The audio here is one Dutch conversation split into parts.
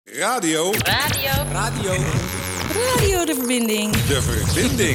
Radio De Verbinding. De Verbinding.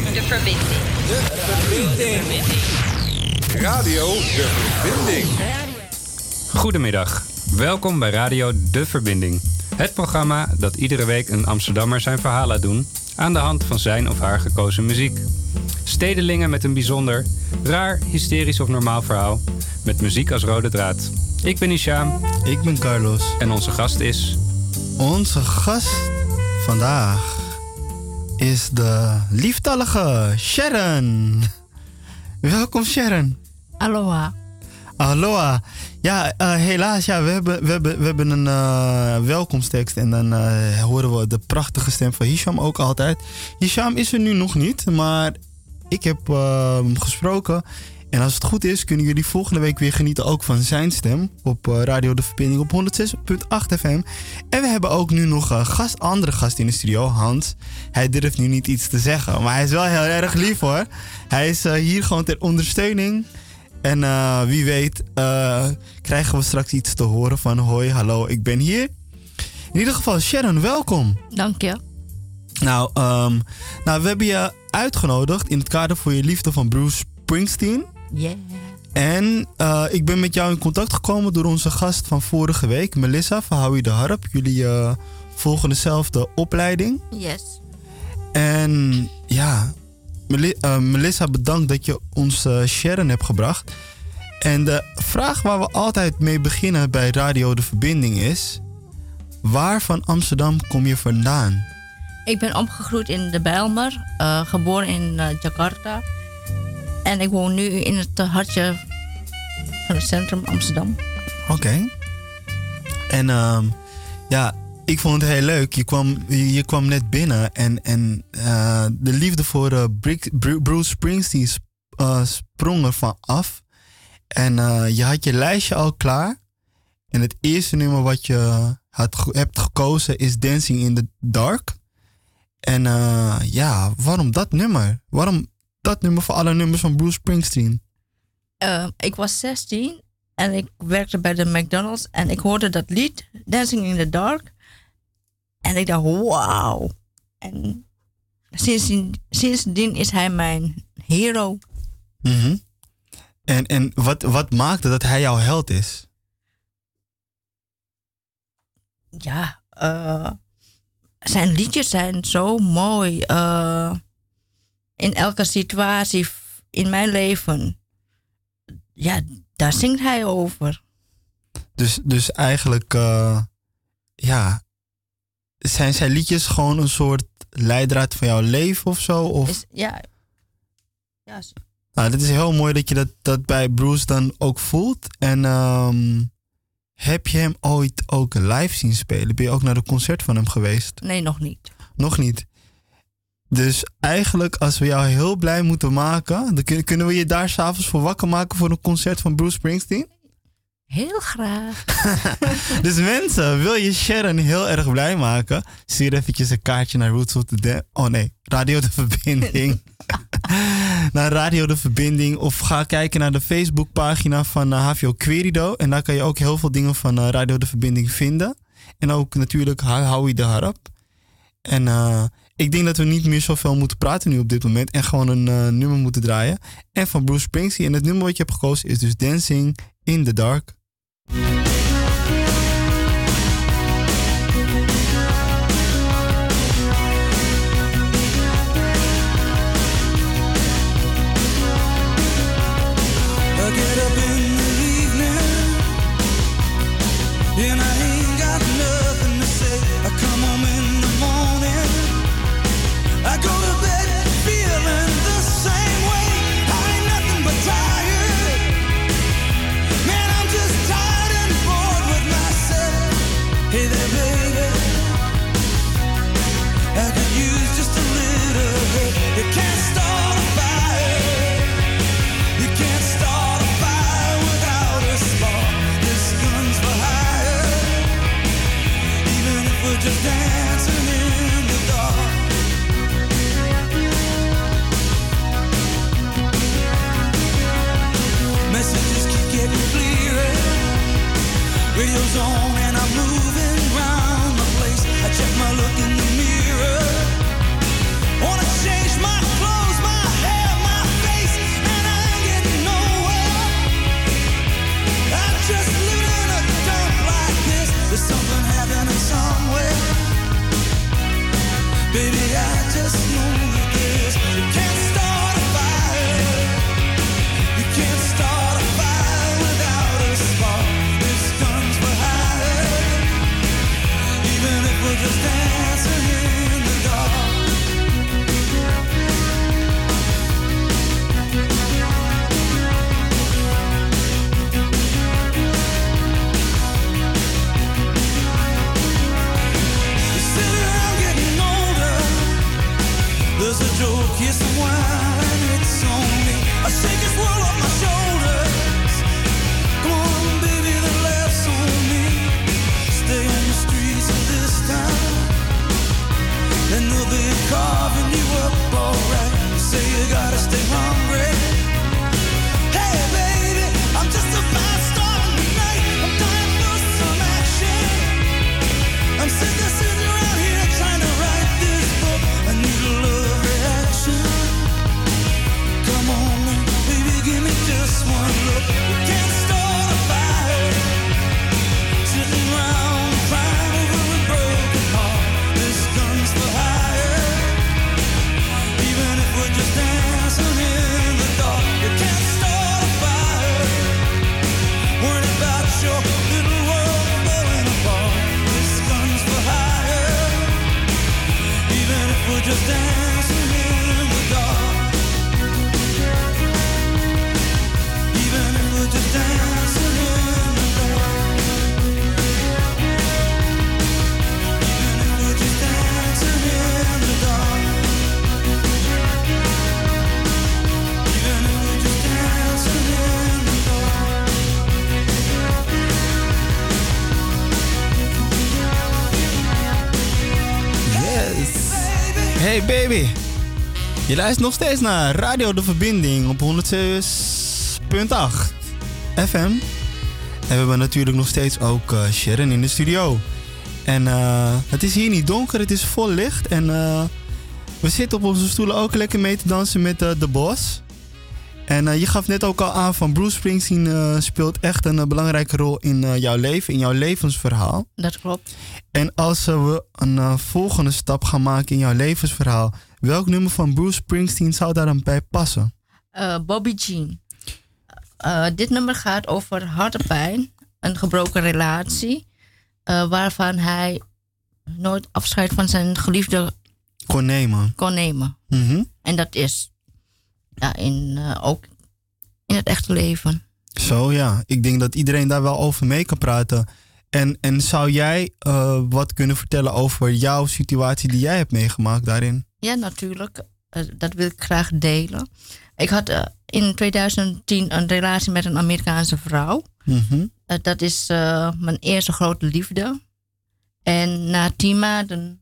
Radio De Verbinding. Goedemiddag. Welkom bij Radio De Verbinding. Het programma dat iedere week een Amsterdammer zijn verhaal laat doen aan de hand van zijn of haar gekozen muziek. Stedelingen met een bijzonder, raar, hysterisch of normaal verhaal met muziek als rode draad. Ik ben Isham. Ik ben Carlos. En onze gast is... Onze gast vandaag is de lieftallige Sharon. Welkom Sharon. Aloha. Aloha. Ja, helaas, ja, we hebben een welkomsttekst en dan horen we de prachtige stem van Hisham ook altijd. Hisham is er nu nog niet, maar ik heb hem gesproken. En als het goed is, kunnen jullie volgende week weer genieten ook van zijn stem op Radio De Verbinding op 106.8 FM. En we hebben ook nu nog een andere gast in de studio, Hans. Hij durft nu niet iets te zeggen, maar hij is wel heel erg lief hoor. Hij is hier gewoon ter ondersteuning. En wie weet krijgen we straks iets te horen van hoi, hallo, ik ben hier. In ieder geval, Sharon, welkom. Dank je. Nou, we hebben je uitgenodigd in het kader voor je liefde van Bruce Springsteen. Yeah. En ik ben met jou in contact gekomen door onze gast van vorige week, Melissa van Howie de Harp. Jullie volgen dezelfde opleiding. Yes. En ja, Melissa, bedankt dat je ons Sharon hebt gebracht. En de vraag waar we altijd mee beginnen bij Radio De Verbinding is: waar van Amsterdam kom je vandaan? Ik ben opgegroeid in de Bijlmer, geboren in Jakarta. En ik woon nu in het hartje van het centrum Amsterdam. Oké. En ja, ik vond het heel leuk. Je kwam net binnen en de liefde voor Bruce Springsteen sprong ervan af. En je had je lijstje al klaar. En het eerste nummer wat je hebt gekozen is Dancing in the Dark. En ja, waarom dat nummer? Waarom dat nummer voor alle nummers van Bruce Springsteen? Ik was 16 en ik werkte bij de McDonald's. En ik hoorde dat lied, Dancing in the Dark. En ik dacht, wauw. En sindsdien is hij mijn hero. Mm-hmm. En wat maakte dat hij jouw held is? Ja, zijn liedjes zijn zo mooi. In elke situatie in mijn leven. Ja, daar zingt hij over. Dus eigenlijk, ja, zijn zijn liedjes gewoon een soort leidraad van jouw leven of zo? Of? Ja. Nou, dit is heel mooi dat je dat bij Bruce dan ook voelt. En heb je hem ooit ook live zien spelen? Ben je ook naar de concert van hem geweest? Nee, nog niet. Nog niet. Dus eigenlijk, als we jou heel blij moeten maken, dan kunnen we je daar s'avonds voor wakker maken voor een concert van Bruce Springsteen? Heel graag. Dus mensen, wil je Sharon heel erg blij maken? Stuur eventjes een kaartje naar Roots of the Dead. Oh nee, Radio De Verbinding. Naar Radio De Verbinding. Of ga kijken naar de Facebookpagina van HVO Querido. En daar kan je ook heel veel dingen van Radio De Verbinding vinden. En ook natuurlijk Howie de Harp. En ik denk dat we niet meer zoveel moeten praten nu op dit moment. En gewoon een nummer moeten draaien. En van Bruce Springsteen. En het nummer wat je hebt gekozen is dus Dancing in the Dark. Just dancing in the dark. Messages keep getting clearer. Radio's on and I'm moving around the place. Baby, I just know that this. You can't start a fire. You can't start a fire without a spark. This gun's for hire. Even if we're just dancing in the dark. There's a joke, yes, some wine, it's on me. I shake this world off my shoulders. Come on, baby, the laughs on me. Stay on the streets of this town, and they'll be carving you up alright. You say you gotta stay hungry. Hey, baby, I'm just a fast star tonight. I'm dying for some action. I'm sitting around here trying to write this book. I need a love reaction. Come on, baby, give me just one look. You can't start a fire. Sitting around crying over a broken heart. This gun's for hire. Even if we're just dancing in the dark. You can't start a fire. Worried about your little world falling apart. This gun's for hire. Even if we're just dancing in the dark. Even if we're just dancing in the dark. Even if we're just dancing in the dark. Even if we're just dancing in the dark. Yes. Hey baby. Je luistert nog steeds naar Radio De Verbinding op 106.8 FM. En we hebben natuurlijk nog steeds ook Sharon in de studio. En het is hier niet donker, het is vol licht. En we zitten op onze stoelen ook lekker mee te dansen met de boss. En je gaf net ook al aan van Bruce Springsteen speelt echt een belangrijke rol in jouw leven, in jouw levensverhaal. Dat klopt. En als we een volgende stap gaan maken in jouw levensverhaal, welk nummer van Bruce Springsteen zou daar dan bij passen? Bobby Jean. Dit nummer gaat over hartepijn, een gebroken relatie, waarvan hij nooit afscheid van zijn geliefde Kon nemen. Mhm. En dat is ook in het echte leven. Zo ja, ik denk dat iedereen daar wel over mee kan praten. En zou jij wat kunnen vertellen over jouw situatie die jij hebt meegemaakt daarin? Ja, natuurlijk. Dat wil ik graag delen. Ik had in 2010 een relatie met een Amerikaanse vrouw. Mhm. Dat is mijn eerste grote liefde. En na 10 maanden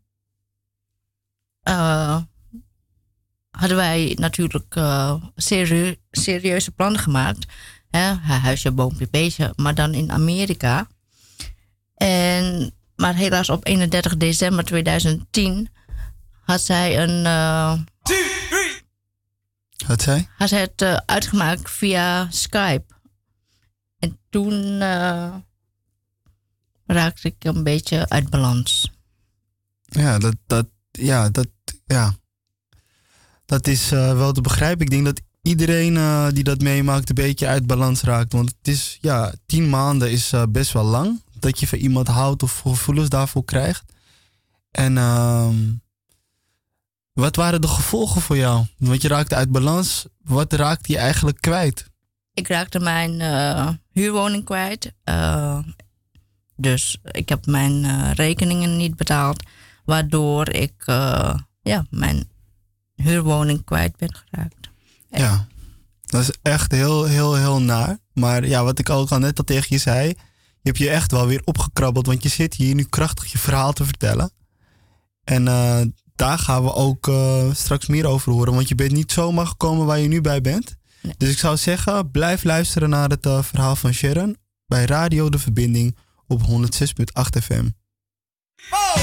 hadden wij natuurlijk serieuze plannen gemaakt. Huisje, boompje, beestje, maar dan in Amerika. Maar helaas op 31 december 2010 had zij Had zij? had zij het uitgemaakt via Skype. En toen raakte ik een beetje uit balans. Ja, dat is wel te begrijpen. Ik denk dat iedereen die dat meemaakt een beetje uit balans raakt. Want het is, 10 maanden is best wel lang. Dat je van iemand houdt of gevoelens daarvoor krijgt. En wat waren de gevolgen voor jou? Want je raakte uit balans. Wat raakte je eigenlijk kwijt? Ik raakte mijn huurwoning kwijt. Dus ik heb mijn rekeningen niet betaald. Waardoor ik mijn huurwoning kwijt ben geraakt. Ja, dat is echt heel, heel, heel naar. Maar ja, wat ik ook al net al tegen je zei. Je hebt je echt wel weer opgekrabbeld. Want je zit hier nu krachtig je verhaal te vertellen. En daar gaan we ook straks meer over horen. Want je bent niet zomaar gekomen waar je nu bij bent. Nee. Dus ik zou zeggen, blijf luisteren naar het verhaal van Sharon. Bij Radio De Verbinding op 106.8 FM. Oh!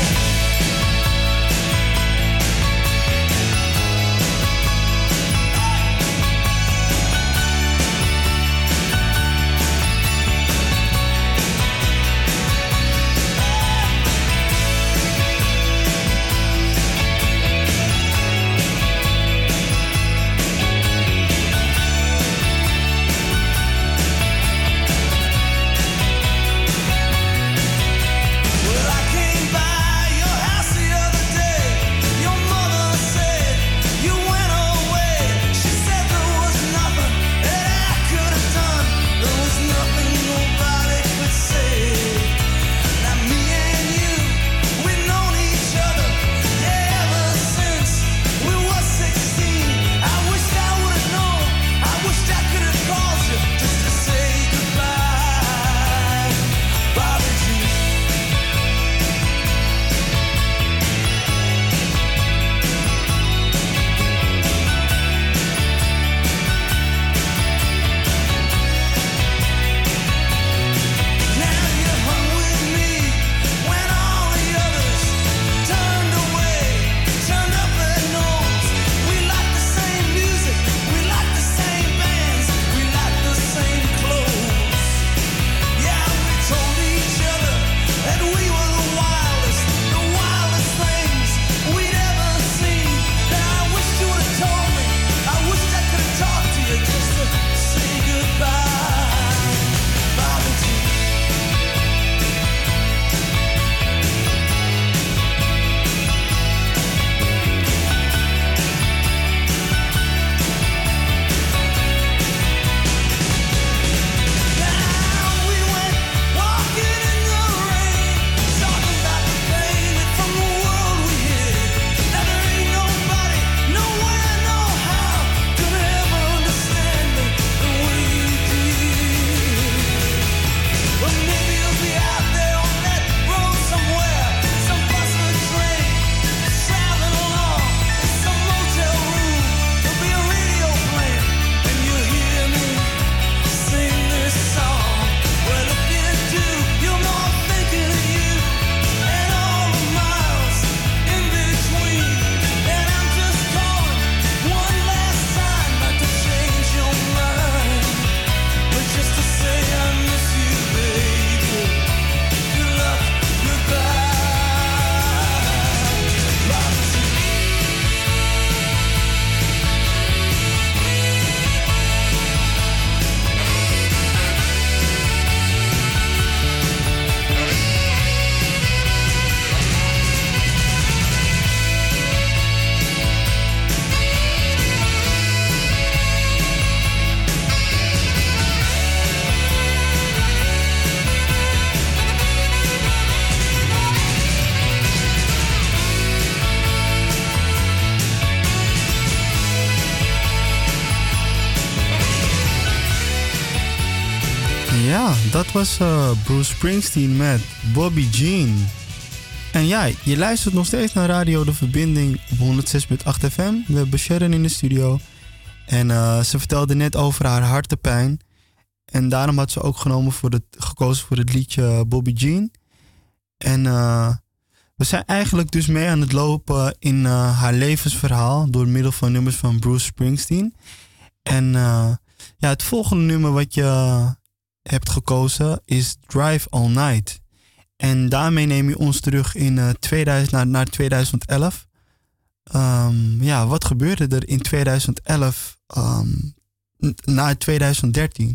Dat was Bruce Springsteen met Bobby Jean. En ja, je luistert nog steeds naar Radio De Verbinding op 106.8 FM. We hebben Sharon in de studio. En ze vertelde net over haar hartepijn. En daarom had ze ook gekozen voor het liedje Bobby Jean. En we zijn eigenlijk dus mee aan het lopen in haar levensverhaal door middel van nummers van Bruce Springsteen. En ja, het volgende nummer wat je hebt gekozen is Drive All Night. En daarmee neem je ons terug in 2000 naar 2011. Ja, wat gebeurde er in 2011 na 2013?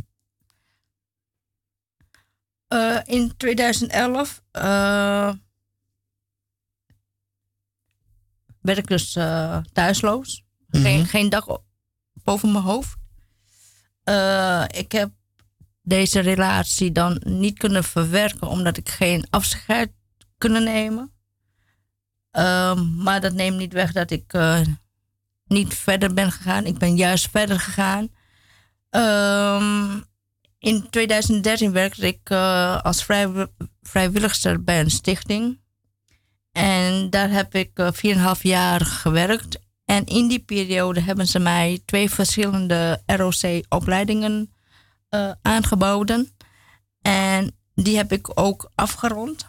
In 2011 werd ik dus thuisloos. Geen dak boven mijn hoofd. Ik heb deze relatie dan niet kunnen verwerken omdat ik geen afscheid kunnen nemen. Maar dat neemt niet weg dat ik niet verder ben gegaan. Ik ben juist verder gegaan. In 2013 werkte ik als vrijwilligster bij een stichting. En daar heb ik 4,5 jaar gewerkt. En in die periode hebben ze mij 2 verschillende ROC-opleidingen aangeboden. En die heb ik ook afgerond.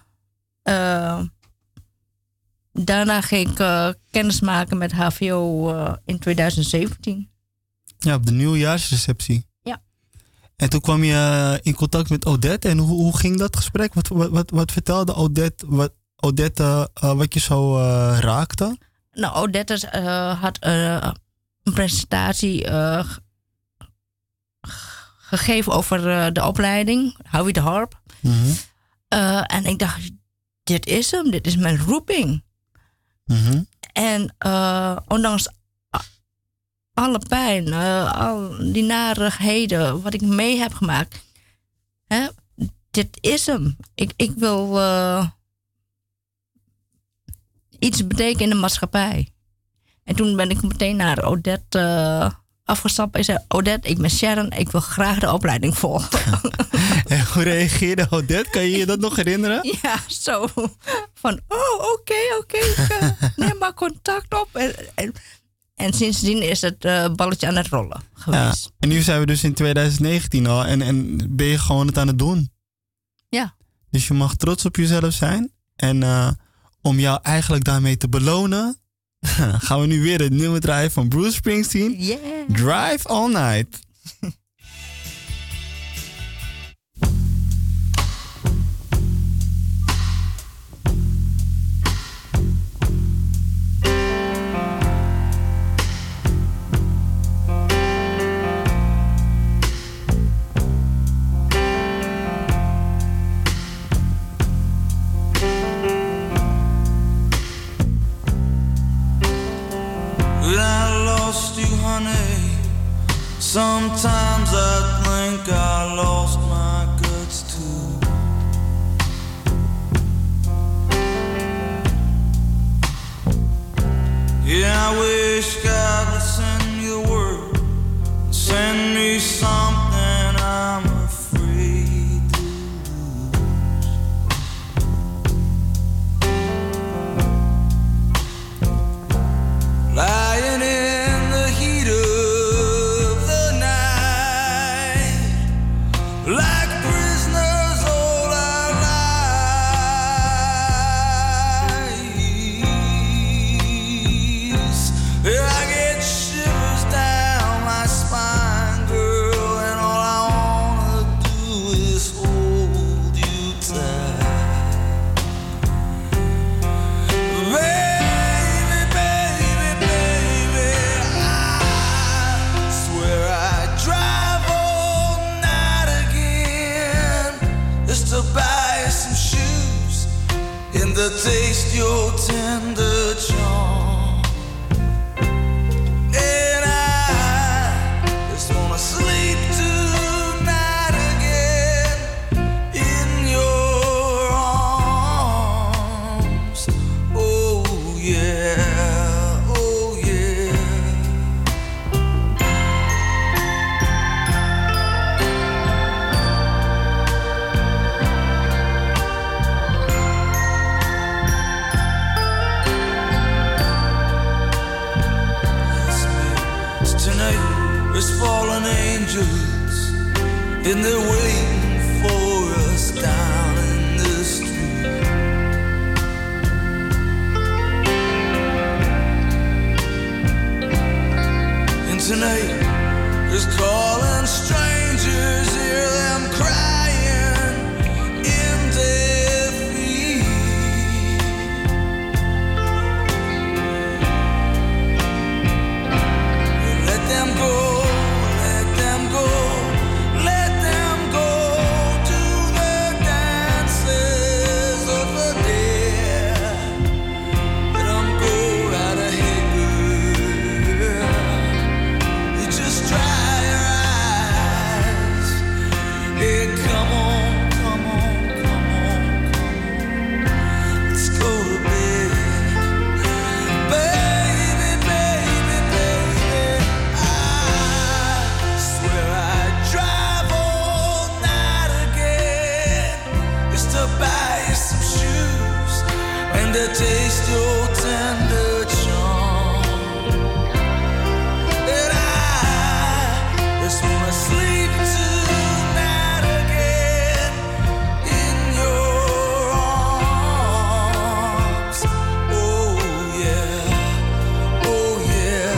Daarna ging ik kennis maken met HVO in 2017. Ja, op de nieuwjaarsreceptie. Ja. En toen kwam je in contact met Odette. En hoe ging dat gesprek? Wat vertelde Odette wat je zo raakte? Nou, Odette had een presentatie gegeven over de opleiding, Howie de Harp. Mm-hmm. En ik dacht, dit is hem, dit is mijn roeping. Mm-hmm. En ondanks alle pijn, al die narigheden wat ik mee heb gemaakt, hè, dit is hem. Ik wil iets betekenen in de maatschappij. En toen ben ik meteen naar Odette afgestapt. Ik zei, Odette, ik ben Sharon, ik wil graag de opleiding volgen. En hoe reageerde Odette? Kan je je dat nog herinneren? Ja, zo van, oké, neem maar contact op. En sindsdien is het balletje aan het rollen geweest. Ja, en nu zijn we dus in 2019 al en ben je gewoon het aan het doen. Ja. Dus je mag trots op jezelf zijn. En om jou eigenlijk daarmee te belonen, gaan we nu weer het nummer draaien van Bruce Springsteen. Yeah. Drive All Night. Sometimes I think I lost my guts too. Yeah, I wish God would send me a word, send me something I'm afraid to lose. Lying in the heat of the night, like prisoners all our lives. Yeah, I get shivers down my spine, girl, and all I wanna do is hold you tight. Baby, baby, baby, I swear I'd drive all night again just to buy you some shoes and to taste your tender charm. And I just wanna sleep tonight again in your arms. Oh yeah, oh yeah. angels, and they're waiting for us down in the street. And tonight is calling strangers, hear them crying in their feet. Let them go. To taste your tender charm, and I just wanna sleep tonight again in your arms. Oh yeah, oh yeah.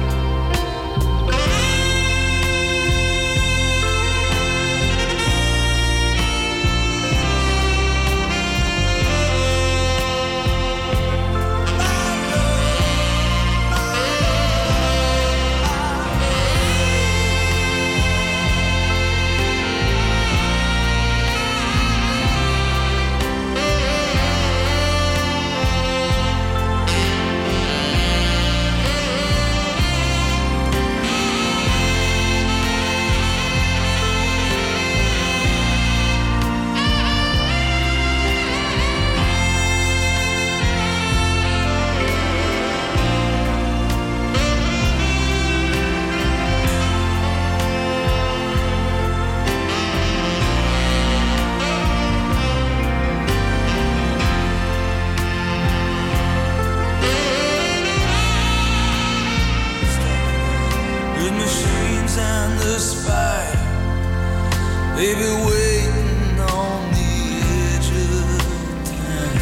Baby, waiting on the edge of time.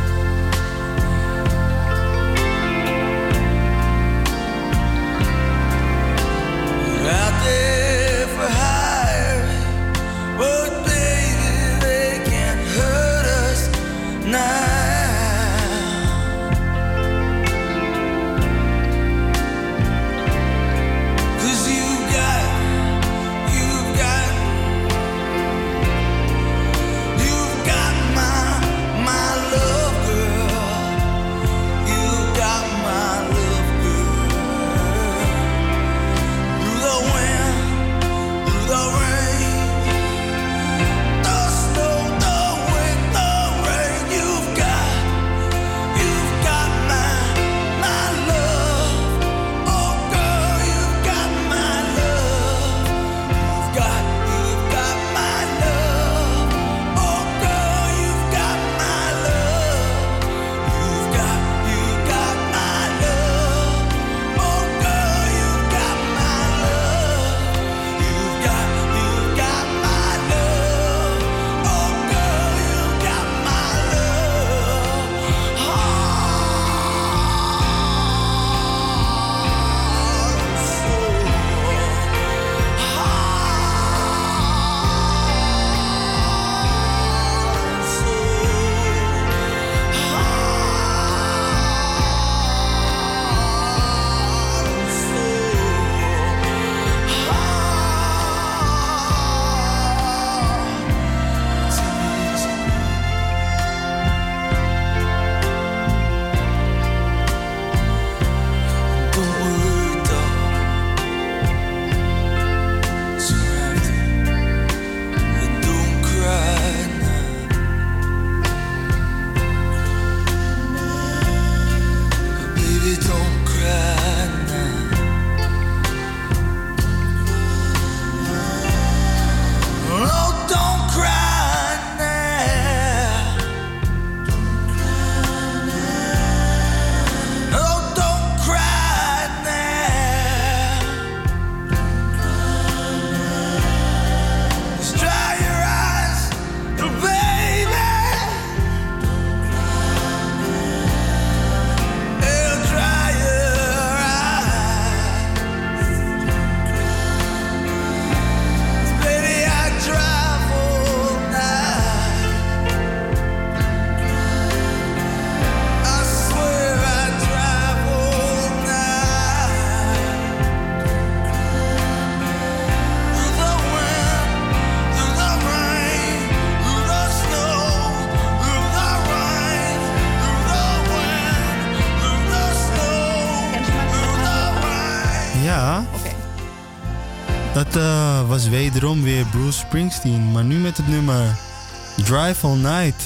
We're out there for hire, but baby, they can't hurt us now. You've got Dat was wederom weer Bruce Springsteen, maar nu met het nummer Drive All Night.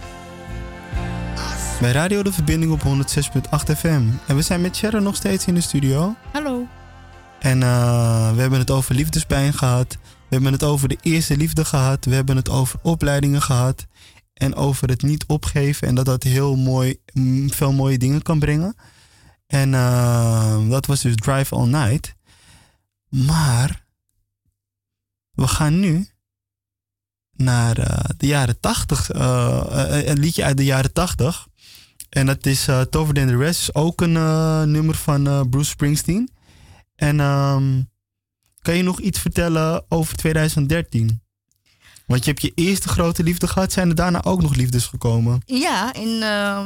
Bij Radio De Verbinding op 106.8 FM. En we zijn met Sharon nog steeds in de studio. Hallo. En we hebben het over liefdespijn gehad. We hebben het over de eerste liefde gehad. We hebben het over opleidingen gehad. En over het niet opgeven. En dat dat heel mooi, veel mooie dingen kan brengen. En dat was dus Drive All Night. Maar we gaan nu naar de jaren 80. Een liedje uit de jaren 80. En dat is Tougher Than The Rest. Is ook een nummer van Bruce Springsteen. En kan je nog iets vertellen over 2013? Want je hebt je eerste grote liefde gehad. Zijn er daarna ook nog liefdes gekomen? Ja, in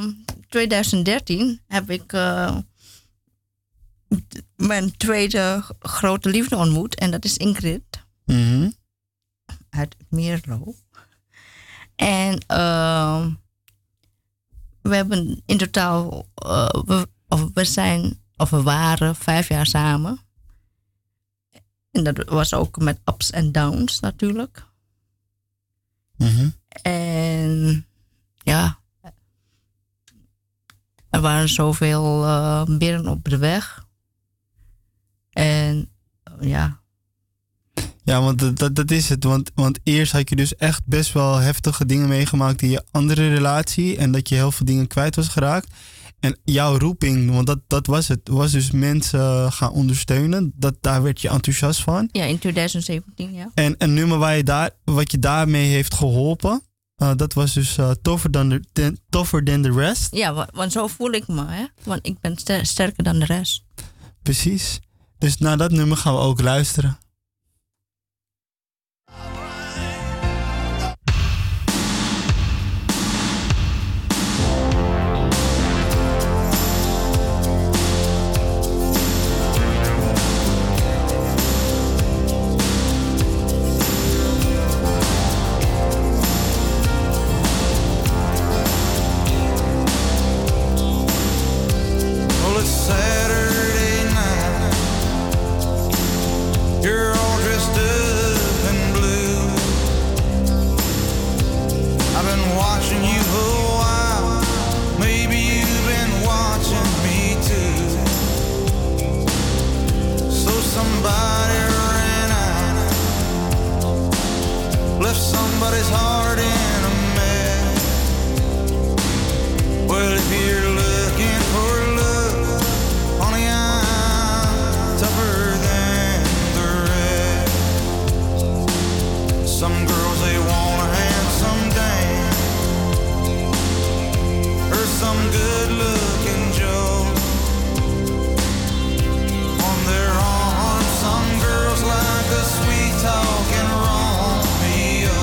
2013 heb ik mijn tweede grote liefde ontmoet. En dat is Ingrid. Mhm. Uit Meerlo. En we hebben in totaal... we waren 5 jaar samen. En dat was ook met ups en downs natuurlijk. Mhm. En ja, er waren zoveel beren op de weg. En ja. Ja, want dat is het. Want eerst had je dus echt best wel heftige dingen meegemaakt in je andere relatie. En dat je heel veel dingen kwijt was geraakt. En jouw roeping, want dat was het. Was dus mensen gaan ondersteunen. Daar werd je enthousiast van. Ja, in 2017, ja. En een nummer wat je daarmee heeft geholpen. Dat was dus Tougher Than The Rest. Ja, want zo voel ik me, hè. Want ik ben sterker dan de rest. Precies. Dus naar dat nummer gaan we ook luisteren. Saturday night, you're all dressed up in blue. I've been watching you a while, maybe you've been watching me too. So somebody ran out, left somebody's heart in a mess. Well, if you're looking for love, honey, I'm tougher than the rest. Some girls, they want a handsome dame or some good-looking Joe on their arm. Some girls like a sweet-talking Romeo.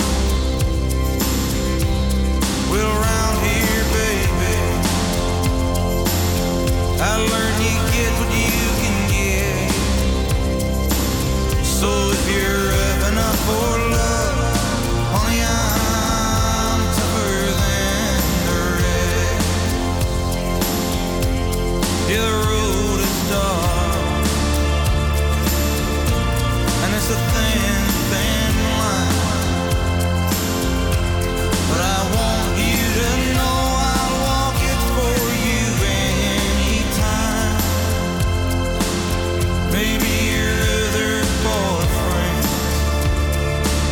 Well, around here, baby, I learned you get what you can get. So if you're up enough for love, honey, I'm tougher than the rest. Yeah, the road is dark, and it's a thin, thin line. But I want you to know I'll walk it for you anytime. Maybe your other boyfriend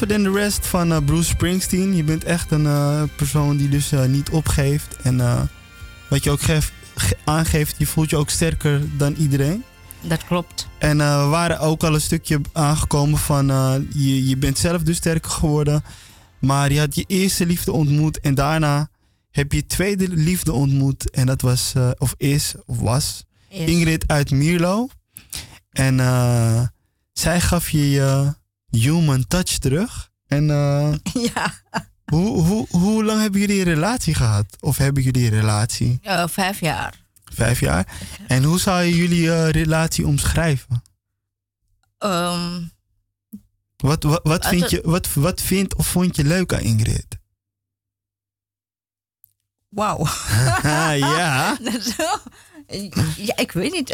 Tougher Than The Rest van Bruce Springsteen. Je bent echt een persoon die dus niet opgeeft. En wat je ook aangeeft, je voelt je ook sterker dan iedereen. Dat klopt. En we waren ook al een stukje aangekomen van... je bent zelf dus sterker geworden. Maar je had je eerste liefde ontmoet. En daarna heb je je tweede liefde ontmoet. En dat was, was... Ingrid uit Mierlo. En zij gaf je human touch terug. En Ja. hoe lang hebben jullie een relatie gehad? Of hebben jullie een relatie? 5 jaar. 5 jaar. En hoe zou je jullie relatie omschrijven? Wat vindt of vond je leuk aan Ingrid? Wauw. Ja. Ja, ik weet niet.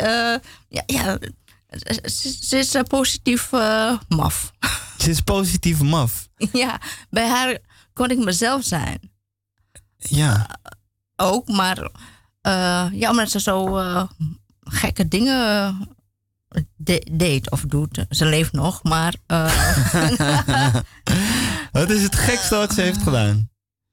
Ze is positief maf. Ze is positief maf. Ja, bij haar kon ik mezelf zijn. Ja. Ook, maar omdat ze zo gekke dingen deed of doet. Ze leeft nog, maar... Wat is het gekste wat ze heeft gedaan?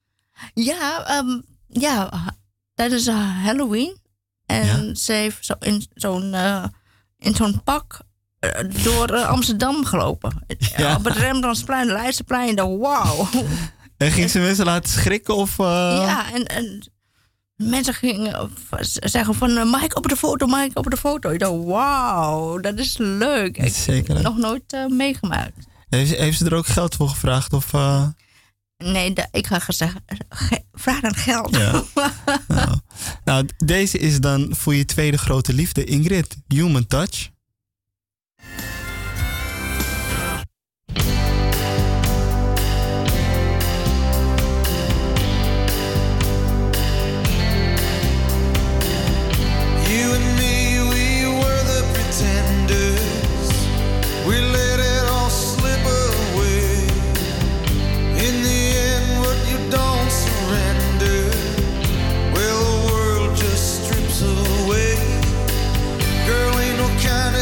Ja, tijdens Halloween. En ze heeft in zo'n pak door Amsterdam gelopen. Ja. Op het Rembrandtsplein, Leidseplein. Wauw. En ging ze mensen laten schrikken? Of, Ja, en mensen gingen zeggen van... mag ik op de foto? Ik dacht, wauw, dat is leuk. Ik Zeker. nog nooit meegemaakt. Heeft ze er ook geld voor gevraagd? Of, Nee, ik ga zeggen, vraag dan geld. Ja. Nou, deze is dan voor je tweede grote liefde, Ingrid. Human Touch. You and me, we were the pretenders. We let it all slip away. In the end, what you don't surrender, well, the world just strips away. Girl, ain't no kind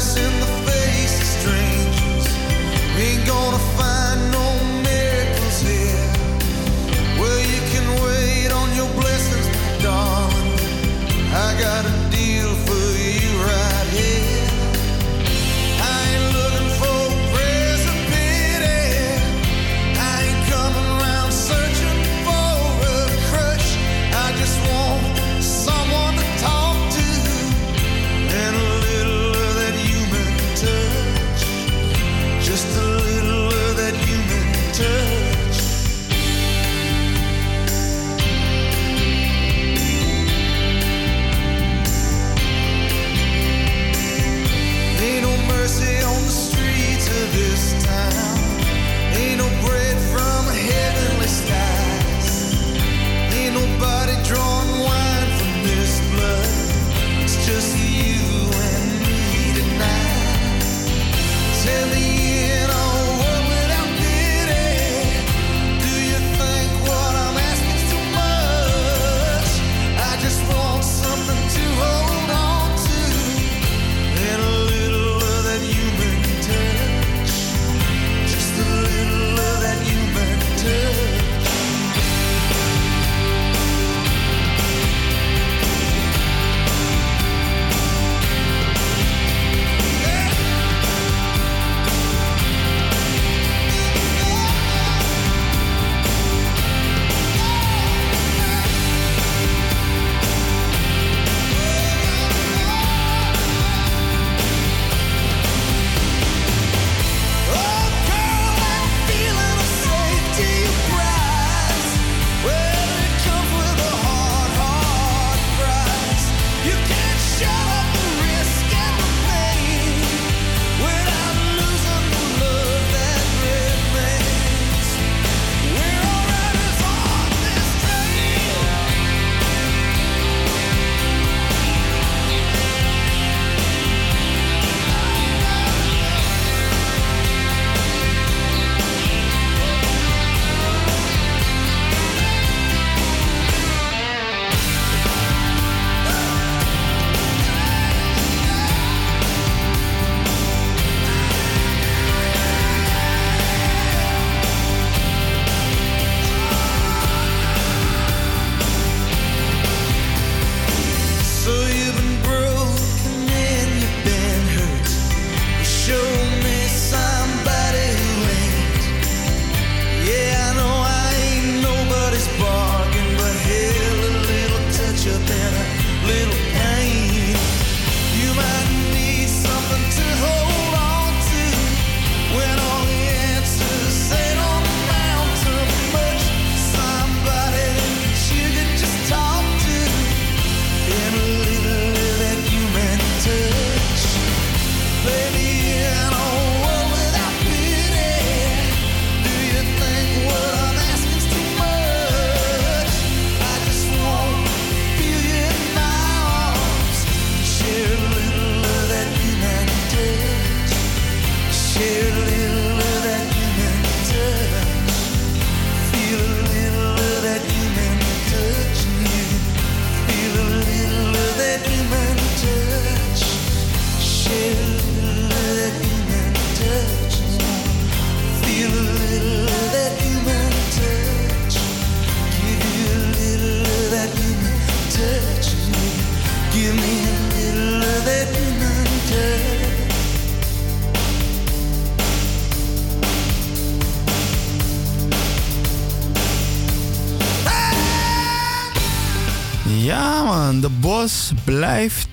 Ja man, de Bos blijft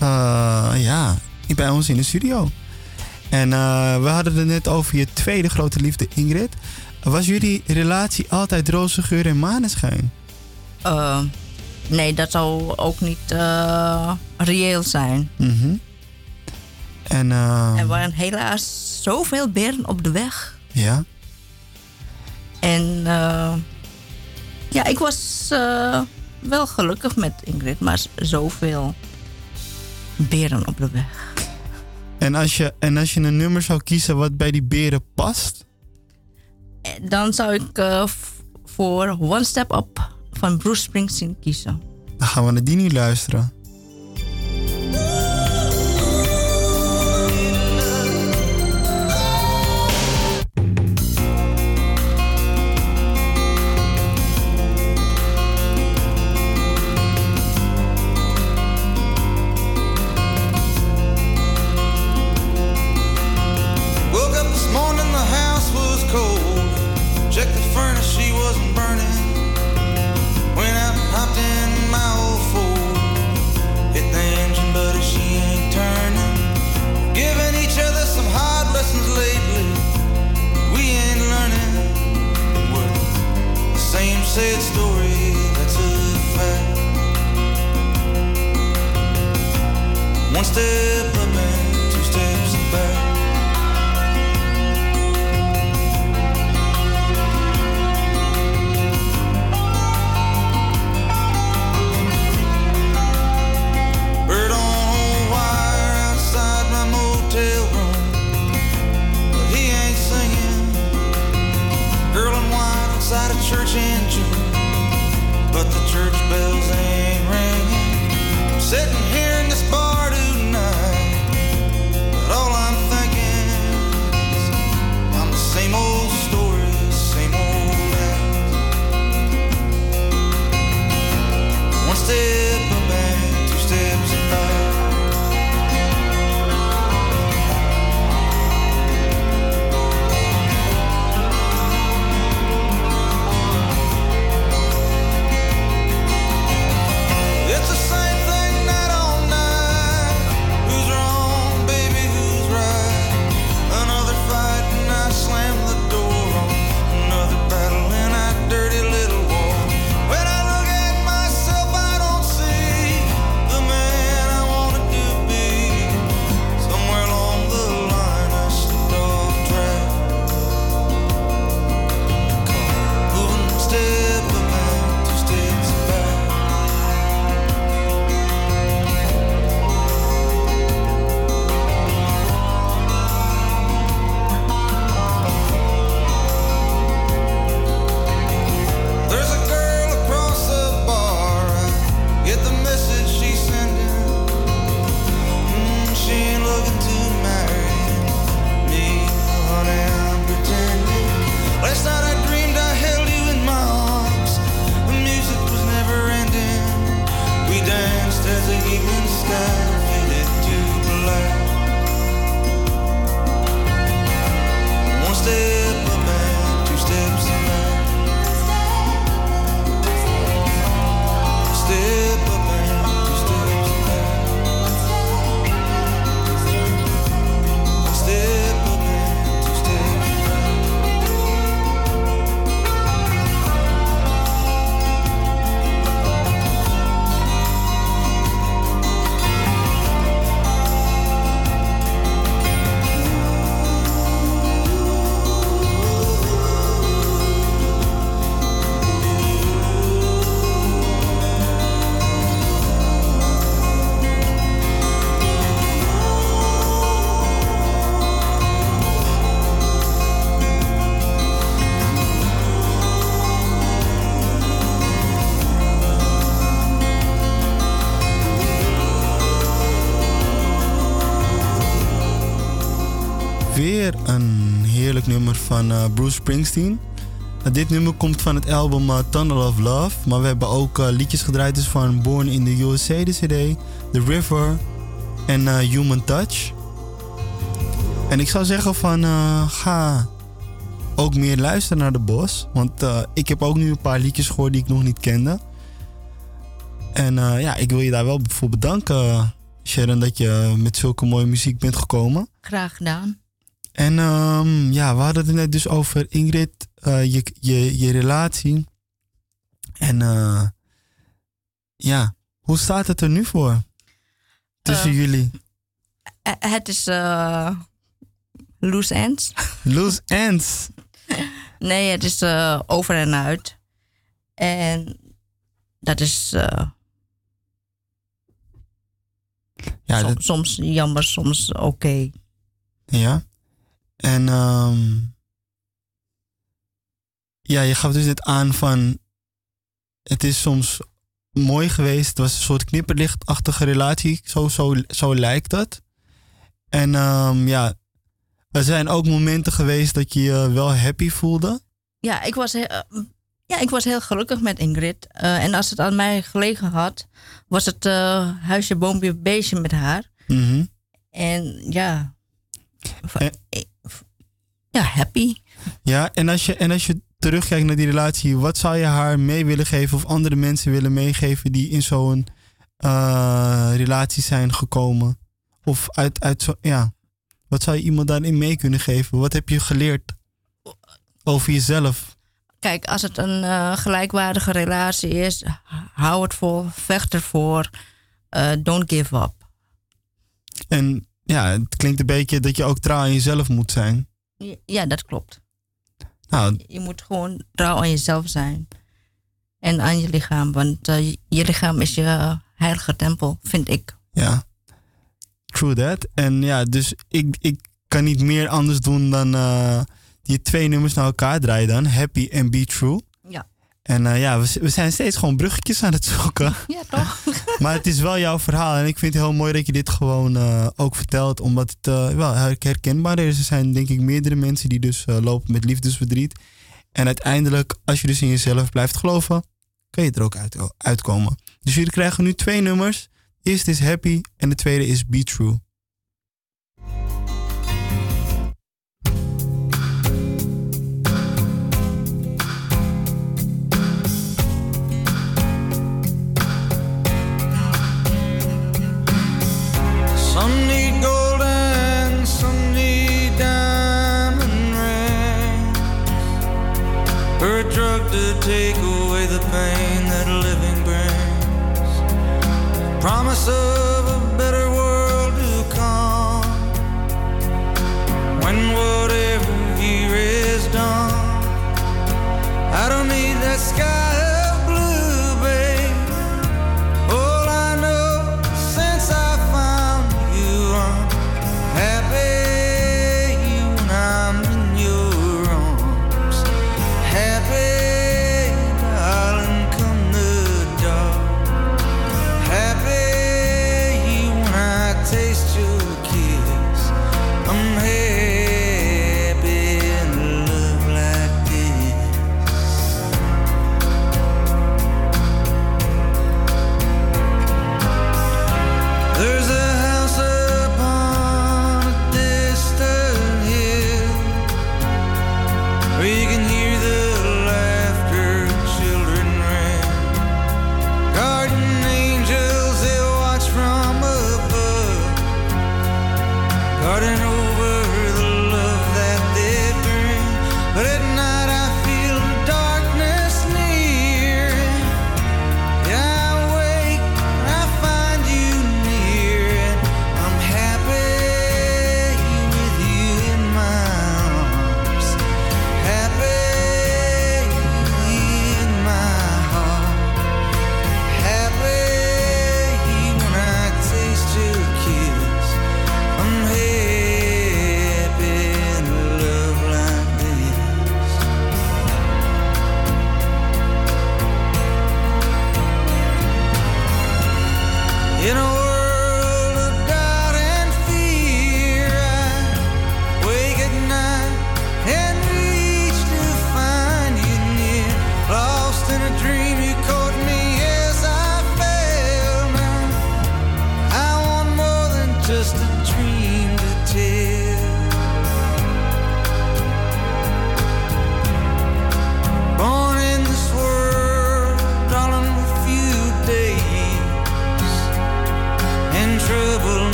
bij ons in de studio. En we hadden het net over je tweede grote liefde, Ingrid. Was jullie relatie altijd roze geur en maneschijn? Nee, dat zou ook niet reëel zijn. Mhm. En Er waren helaas zoveel beren op de weg. ja. En ik was wel gelukkig met Ingrid, maar zoveel beren op de weg. En als je een nummer zou kiezen wat bij die beren past? Dan zou ik voor One Step Up van Bruce Springsteen kiezen. Dan gaan we naar die nu luisteren. Woke up this morning, the house was cold. Checked the furnace, she wasn't burning. Went out and hopped in my old Ford. Hit the engine, but she ain't turning. Giving each other some hard lessons lately. We ain't learning. Well, the same sad story, that's a fact. One step up and two steps back. Bird on a wire outside my motel room, but he ain't singing. Girl in white outside a church in June, but the church bells ain't ringing. I'm sitting here in this bar tonight, but all I'm thinking is I'm the same old story, same old act. One step up and two steps back. It's the same thing night on night. Who's wrong, baby, who's right? Another fight and I slam the door on another battle in that dirty little war. When I look at myself, I don't see the man I wanted to be. Somewhere along the line, I slipped off track. Moving one step up and two steps back. There's a girl across the bar. I get the message she's sending. She ain't looking to marry me, honey, I'm pretending. Last night I dreamed I held you in my arms. The music was never ending. We danced as the evening sky faded to black. One step up and two steps back. Step up and two steps back. Step up and two steps back. Weer een heerlijk nummer van Bruce Springsteen. Dit nummer komt van het album Tunnel of Love. Maar we hebben ook liedjes gedraaid dus van Born in the USA, de CD, The River en Human Touch. En ik zou zeggen van ga ook meer luisteren naar de Bos. Want ik heb ook nu een paar liedjes gehoord die ik nog niet kende. En ja, ik wil je daar wel voor bedanken, Sharon, dat je met zulke mooie muziek bent gekomen. Graag gedaan. En ja, we hadden het net dus over Ingrid, je relatie. En ja, hoe staat het er nu voor tussen jullie? Het is loose ends. Loose ends. Nee, het is over en uit. En dat is Ja, soms jammer, soms oké. Ja. En ja, je gaf dus net aan van het is soms mooi geweest. Het was een soort knipperlichtachtige relatie. Zo lijkt het. En ja, er zijn ook momenten geweest dat je je wel happy voelde. Ja, ik was heel gelukkig met Ingrid. En als het aan mij gelegen had, was het huisje, boompje, beestje met haar. Mhm. En ja, ja, happy. Ja, en als je terugkijkt naar die relatie, wat zou je haar mee willen geven of andere mensen willen meegeven die in zo'n relatie zijn gekomen? Of uit zo, ja, wat zou je iemand daarin mee kunnen geven? Wat heb je geleerd over jezelf? Kijk, als het een gelijkwaardige relatie is, hou het vol, vecht ervoor, don't give up. En ja, het klinkt een beetje dat je ook trouw aan jezelf moet zijn. Ja, dat klopt. Nou, Je moet gewoon trouw aan jezelf zijn. En aan je lichaam, want je lichaam is je heilige tempel, vind ik. ja, true that. En ja, dus ik kan niet meer anders doen dan die 2 nummers naar elkaar draaien dan. Happy en Be True. Ja. En ja, we zijn steeds gewoon bruggetjes aan het zoeken. Ja, toch? Maar het is wel jouw verhaal. En ik vind het heel mooi dat je dit gewoon ook vertelt. Omdat het wel herkenbaar is. Er zijn denk ik meerdere mensen die dus lopen met liefdesverdriet. En uiteindelijk, als je dus in jezelf blijft geloven, kan je er ook uitkomen. Dus jullie krijgen nu 2 nummers. De eerste is Happy en de tweede is Be True. Some need gold and some need diamond rings, or a drug to take away the pain that living brings. Promise of a better world to come when whatever here is done. I don't need that sky of blue, babe. All I know since I found you, I'm happy when I'm in your arms. Happy, darling, come the dark. Happy when I taste your kiss. I'm happy in love like this.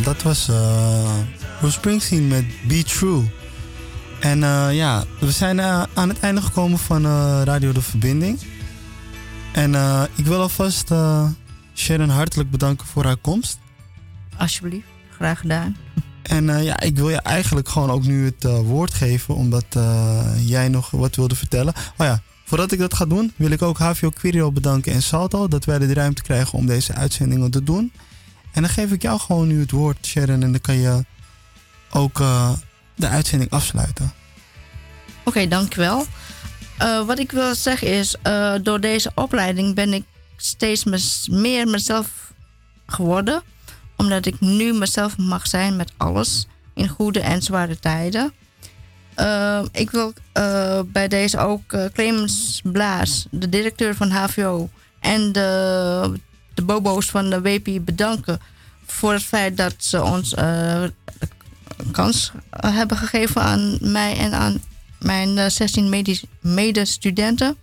dat was Bruce Springsteen met Be True. En we zijn aan het einde gekomen van Radio De Verbinding. En ik wil alvast Sharon hartelijk bedanken voor haar komst. Alsjeblieft, graag gedaan. En ik wil je eigenlijk gewoon ook nu het woord geven, omdat jij nog wat wilde vertellen. Oh ja, voordat ik dat ga doen, wil ik ook HVO Quirio bedanken en Salto, dat wij de ruimte krijgen om deze uitzendingen te doen. En dan geef ik jou gewoon nu het woord, Sharon, en dan kan je ook de uitzending afsluiten. Oké, dankjewel. Wat ik wil zeggen is, door deze opleiding ben ik steeds meer mezelf geworden. Omdat ik nu mezelf mag zijn met alles, in goede en zware tijden. Ik wil bij deze ook Clemens Blaas, de directeur van HVO... en de bobo's van de WP bedanken voor het feit dat ze ons een kans hebben gegeven aan mij en aan mijn 16 medestudenten.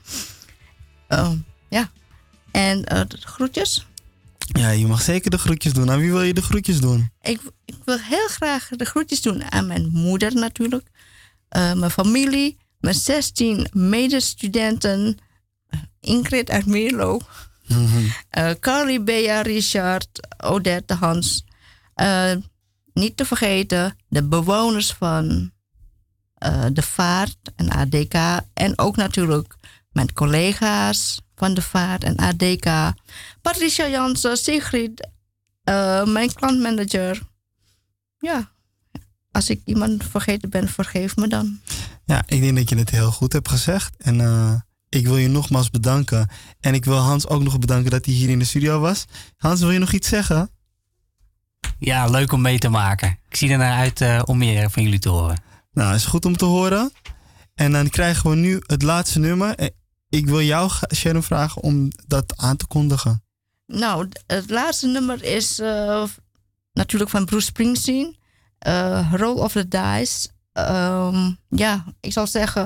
En de groetjes. Ja, je mag zeker de groetjes doen. Aan wie wil je de groetjes doen? Ik wil heel graag de groetjes doen aan mijn moeder natuurlijk. Mijn familie, mijn 16 medestudenten. Ingrid uit Meerlo. Carly, Bea, Richard, Odette, Hans. Niet te vergeten de bewoners van de Vaart en ADK. En ook natuurlijk mijn collega's van de Vaart en ADK. Patricia Jansen, Sigrid, mijn klantmanager. Ja, als ik iemand vergeten ben, vergeef me dan. Ja, ik denk dat je het heel goed hebt gezegd. En ik wil je nogmaals bedanken. En ik wil Hans ook nog bedanken dat hij hier in de studio was. Hans, wil je nog iets zeggen? Ja, leuk om mee te maken. Ik zie er naar uit om meer van jullie te horen. Nou, is goed om te horen. En dan krijgen we nu het laatste nummer. Ik wil jou, Sharon, vragen om dat aan te kondigen. Nou, het laatste nummer is natuurlijk van Bruce Springsteen. Roll of the Dice. Ik zou zeggen...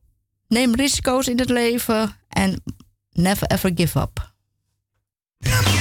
neem risico's in het leven en never ever give up.